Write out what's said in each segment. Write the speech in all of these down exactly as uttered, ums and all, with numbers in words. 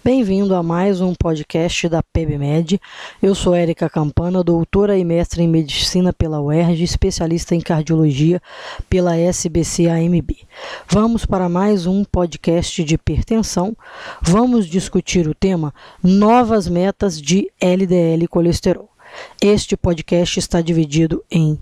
Bem-vindo a mais um podcast da PebMed. Eu sou Érica Campana, doutora e mestre em Medicina pela U E R J, especialista em Cardiologia pela S B C A M B. Vamos para mais um podcast de hipertensão. Vamos discutir o tema Novas Metas de L D L Colesterol. Este podcast está dividido em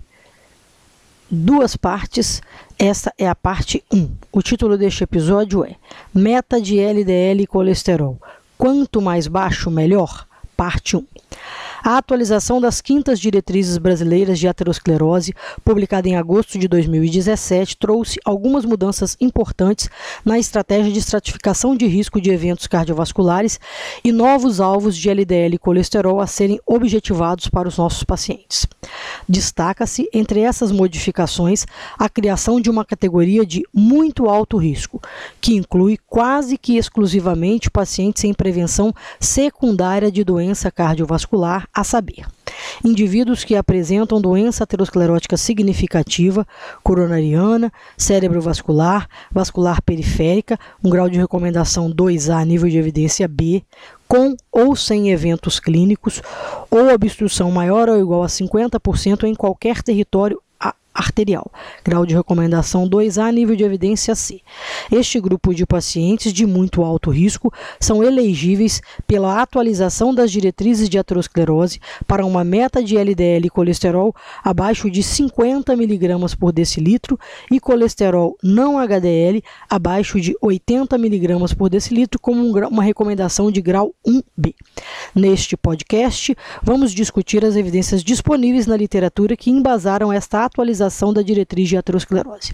duas partes. Esta é a parte um. O título deste episódio é Meta de L D L Colesterol. Quanto mais baixo, melhor? Parte um. A atualização das quintas diretrizes brasileiras de aterosclerose, publicada em agosto de dois mil e dezessete, trouxe algumas mudanças importantes na estratégia de estratificação de risco de eventos cardiovasculares e novos alvos de L D L colesterol a serem objetivados para os nossos pacientes. Destaca-se, entre essas modificações, a criação de uma categoria de muito alto risco, que inclui quase que exclusivamente pacientes em prevenção secundária de doença cardiovascular, a saber, indivíduos que apresentam doença aterosclerótica significativa, coronariana, cerebrovascular, vascular periférica, um grau de recomendação dois A, nível de evidência B, com ou sem eventos clínicos, ou obstrução maior ou igual a cinquenta por cento em qualquer território arterial, grau de recomendação dois A, nível de evidência C. Este grupo de pacientes de muito alto risco são elegíveis pela atualização das diretrizes de aterosclerose para uma meta de L D L colesterol abaixo de cinquenta miligramas por decilitro e colesterol não H D L abaixo de oitenta miligramas por decilitro como um grau, uma recomendação de grau um B. Neste podcast, vamos discutir as evidências disponíveis na literatura que embasaram esta atualização da diretriz de aterosclerose.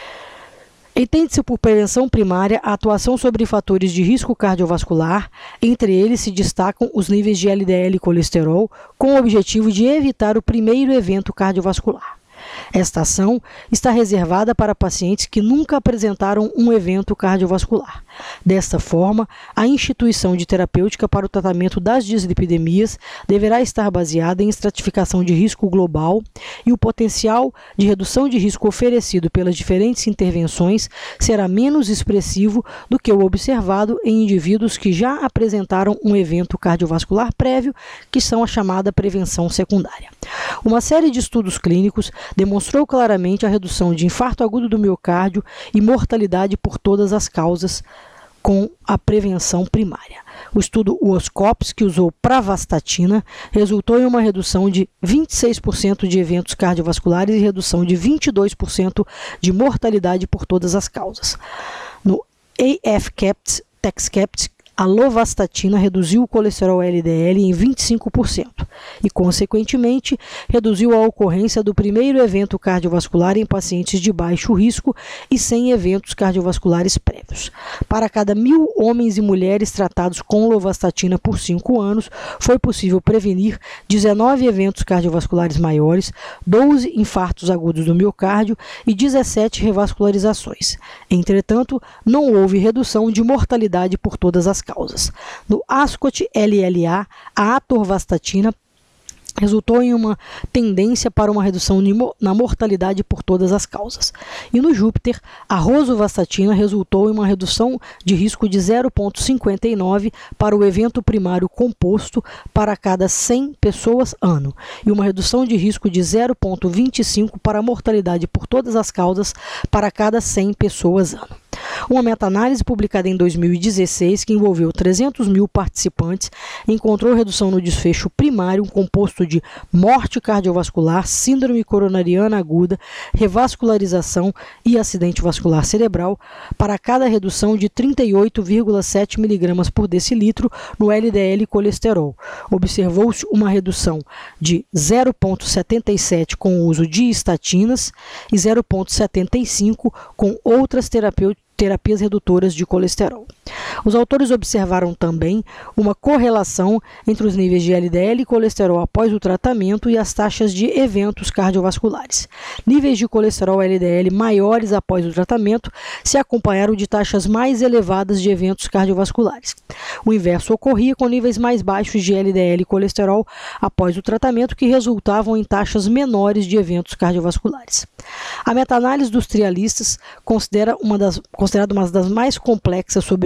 Entende-se por prevenção primária a atuação sobre fatores de risco cardiovascular, entre eles se destacam os níveis de L D L colesterol, com o objetivo de evitar o primeiro evento cardiovascular. Esta ação está reservada para pacientes que nunca apresentaram um evento cardiovascular. Desta forma, a instituição de terapêutica para o tratamento das dislipidemias deverá estar baseada em estratificação de risco global e o potencial de redução de risco oferecido pelas diferentes intervenções será menos expressivo do que o observado em indivíduos que já apresentaram um evento cardiovascular prévio, que são a chamada prevenção secundária. Uma série de estudos clínicos demonstrou claramente a redução de infarto agudo do miocárdio e mortalidade por todas as causas com a prevenção primária. O estudo U O S C O P S, que usou pravastatina, resultou em uma redução de vinte e seis por cento de eventos cardiovasculares e redução de vinte e dois por cento de mortalidade por todas as causas. No A F C A P T, TEXCAPT, a lovastatina reduziu o colesterol L D L em vinte e cinco por cento e, consequentemente, reduziu a ocorrência do primeiro evento cardiovascular em pacientes de baixo risco e sem eventos cardiovasculares prévios. Para cada mil homens e mulheres tratados com lovastatina por cinco anos, foi possível prevenir dezenove eventos cardiovasculares maiores, doze infartos agudos do miocárdio e dezessete revascularizações. Entretanto, não houve redução de mortalidade por todas as causas. No ASCOT L L A, a atorvastatina resultou em uma tendência para uma redução na mortalidade por todas as causas. E no Júpiter, a rosuvastatina resultou em uma redução de risco de zero vírgula cinquenta e nove para o evento primário composto para cada cem pessoas ano, e uma redução de risco de zero vírgula vinte e cinco para a mortalidade por todas as causas para cada cem pessoas ano. Uma meta-análise publicada em dois mil e dezesseis, que envolveu trezentos mil participantes, encontrou redução no desfecho primário, um composto de morte cardiovascular, síndrome coronariana aguda, revascularização e acidente vascular cerebral, para cada redução de trinta e oito vírgula sete miligramas por decilitro no L D L colesterol. Observou-se uma redução de zero vírgula setenta e sete com o uso de estatinas e zero vírgula setenta e cinco com outras terapêuticas terapias redutoras de colesterol. Os autores observaram também uma correlação entre os níveis de L D L e colesterol após o tratamento e as taxas de eventos cardiovasculares. Níveis de colesterol L D L maiores após o tratamento se acompanharam de taxas mais elevadas de eventos cardiovasculares. O inverso ocorria com níveis mais baixos de L D L e colesterol após o tratamento, que resultavam em taxas menores de eventos cardiovasculares. A meta-análise dos trialistas considera uma das, considerada uma das mais complexas sobre prevenção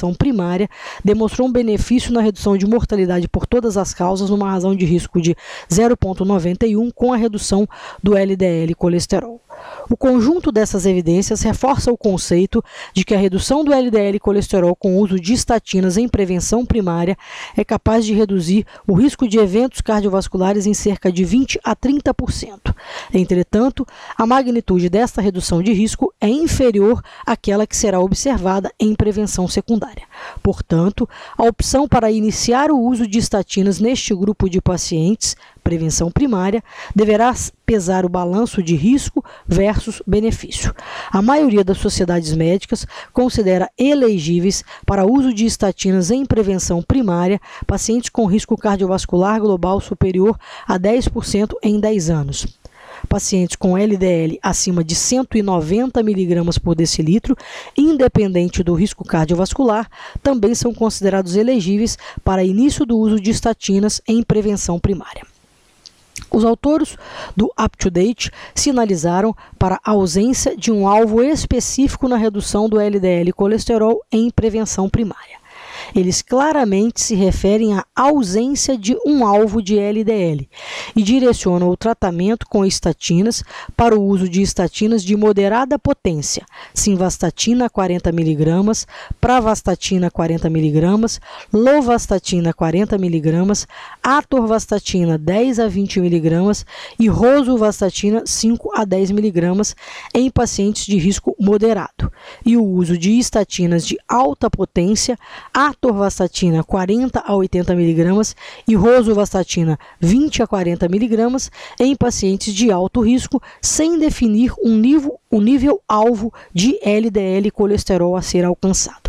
prevenção primária demonstrou um benefício na redução de mortalidade por todas as causas numa razão de risco de zero vírgula noventa e um com a redução do L D L colesterol. O conjunto dessas evidências reforça o conceito de que a redução do L D L colesterol com o uso de estatinas em prevenção primária é capaz de reduzir o risco de eventos cardiovasculares em cerca de vinte a trinta por cento. Entretanto, a magnitude desta redução de risco é inferior àquela que será observada em prevenção secundária. Portanto, a opção para iniciar o uso de estatinas neste grupo de pacientes, prevenção primária, deverá pesar o balanço de risco versus benefício. A maioria das sociedades médicas considera elegíveis para uso de estatinas em prevenção primária pacientes com risco cardiovascular global superior a dez por cento em dez anos. Pacientes com L D L acima de cento e noventa miligramas por decilitro, independente do risco cardiovascular, também são considerados elegíveis para início do uso de estatinas em prevenção primária. Os autores do UpToDate sinalizaram para a ausência de um alvo específico na redução do L D L colesterol em prevenção primária. Eles claramente se referem à ausência de um alvo de L D L e direcionam o tratamento com estatinas para o uso de estatinas de moderada potência, simvastatina quarenta miligramas, pravastatina quarenta miligramas, lovastatina quarenta miligramas, atorvastatina dez a vinte miligramas e rosuvastatina cinco a dez miligramas em pacientes de risco moderado, e o uso de estatinas de alta potência, atorvastatina quarenta a oitenta miligramas e rosuvastatina vinte a quarenta miligramas em pacientes de alto risco, sem definir um nível, um nível alvo de L D L colesterol a ser alcançado.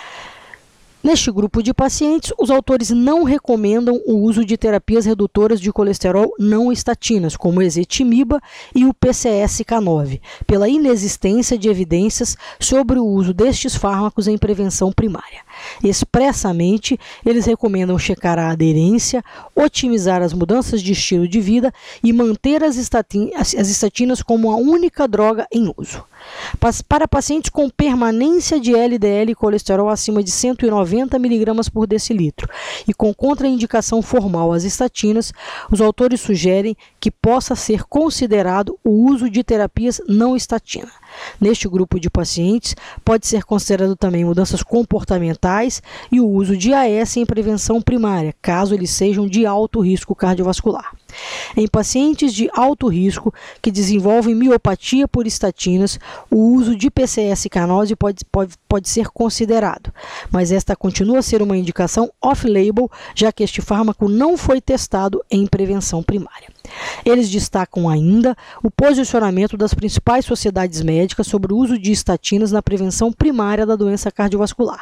Neste grupo de pacientes, os autores não recomendam o uso de terapias redutoras de colesterol não estatinas, como o ezetimiba e o P C S K nove, pela inexistência de evidências sobre o uso destes fármacos em prevenção primária. Expressamente, eles recomendam checar a aderência, otimizar as mudanças de estilo de vida e manter as estatinas, as estatinas como a única droga em uso. Para pacientes com permanência de L D L colesterol acima de cento e noventa miligramas por decilitro e com contraindicação formal às estatinas, os autores sugerem que possa ser considerado o uso de terapias não estatina. Neste grupo de pacientes, pode ser considerado também mudanças comportamentais e o uso de A S em prevenção primária, caso eles sejam de alto risco cardiovascular. Em pacientes de alto risco que desenvolvem miopatia por estatinas, o uso de P C S K nove pode, pode, pode ser considerado, mas esta continua a ser uma indicação off-label, já que este fármaco não foi testado em prevenção primária. Eles destacam ainda o posicionamento das principais sociedades médicas sobre o uso de estatinas na prevenção primária da doença cardiovascular.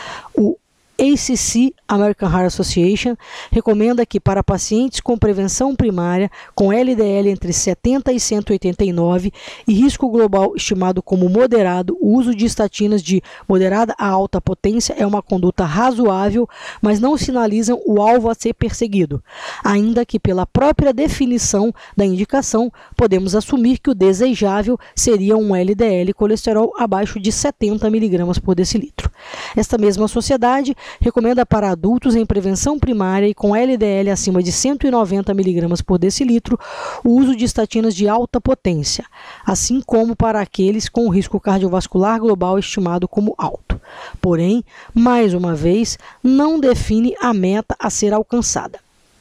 O A C C, American Heart Association, recomenda que para pacientes com prevenção primária, com L D L entre setenta e cento e oitenta e nove e risco global estimado como moderado, o uso de estatinas de moderada a alta potência é uma conduta razoável, mas não sinalizam o alvo a ser perseguido, ainda que pela própria definição da indicação, podemos assumir que o desejável seria um L D L colesterol abaixo de setenta miligramas por decilitro. Esta mesma sociedade recomenda para adultos em prevenção primária e com L D L acima de cento e noventa miligramas por decilitro o uso de estatinas de alta potência, assim como para aqueles com risco cardiovascular global estimado como alto. Porém, mais uma vez, não define a meta a ser alcançada.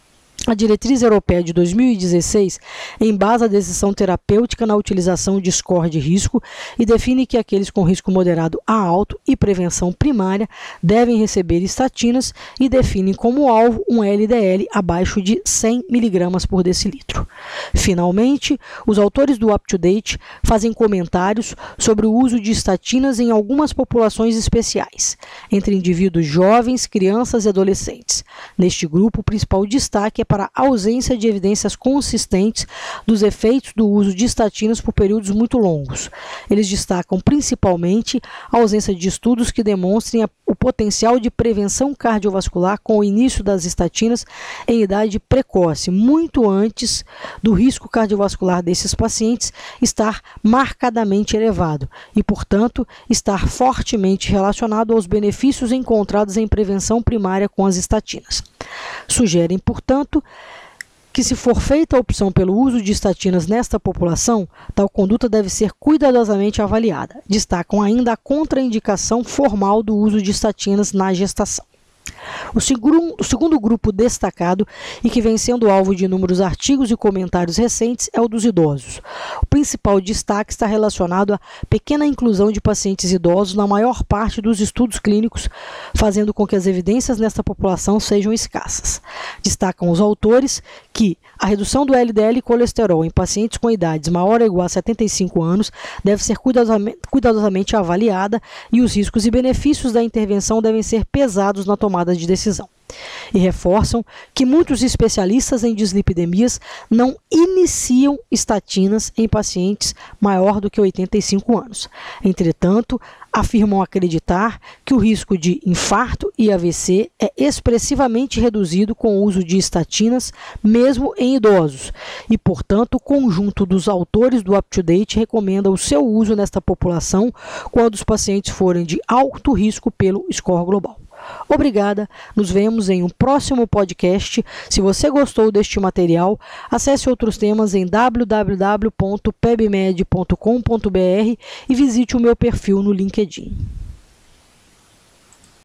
A diretriz europeia de dois mil e dezesseis embasa a decisão terapêutica na utilização de score de risco e define que aqueles com risco moderado a alto e prevenção primária devem receber estatinas e define como alvo um L D L abaixo de cem miligramas por decilitro. Finalmente, os autores do UpToDate fazem comentários sobre o uso de estatinas em algumas populações especiais, entre indivíduos jovens, crianças e adolescentes. Neste grupo, o principal destaque é para a ausência de evidências consistentes dos efeitos do uso de estatinas por períodos muito longos. Eles destacam principalmente a ausência de estudos que demonstrem a, o o potencial de prevenção cardiovascular com o início das estatinas em idade precoce, muito antes do risco cardiovascular desses pacientes estar marcadamente elevado e, portanto, estar fortemente relacionado aos benefícios encontrados em prevenção primária com as estatinas. Sugerem, portanto, que se for feita a opção pelo uso de estatinas nesta população, tal conduta deve ser cuidadosamente avaliada. Destacam ainda a contraindicação formal do uso de estatinas na gestação. O segundo, o segundo grupo destacado e que vem sendo alvo de inúmeros artigos e comentários recentes é o dos idosos. O principal destaque está relacionado à pequena inclusão de pacientes idosos na maior parte dos estudos clínicos, fazendo com que as evidências nesta população sejam escassas. Destacam os autores que a redução do L D L e colesterol em pacientes com idades maior ou igual a setenta e cinco anos deve ser cuidadosamente, cuidadosamente avaliada e os riscos e benefícios da intervenção devem ser pesados na tomada de decisão. E reforçam que muitos especialistas em dislipidemias não iniciam estatinas em pacientes maior do que oitenta e cinco anos. Entretanto, afirmam acreditar que o risco de infarto e A V C é expressivamente reduzido com o uso de estatinas, mesmo em idosos, e, portanto, o conjunto dos autores do UpToDate recomenda o seu uso nesta população quando os pacientes forem de alto risco pelo score global. Obrigada, nos vemos em um próximo podcast. Se você gostou deste material, acesse outros temas em w w w ponto pebmed ponto com ponto b r e visite o meu perfil no LinkedIn.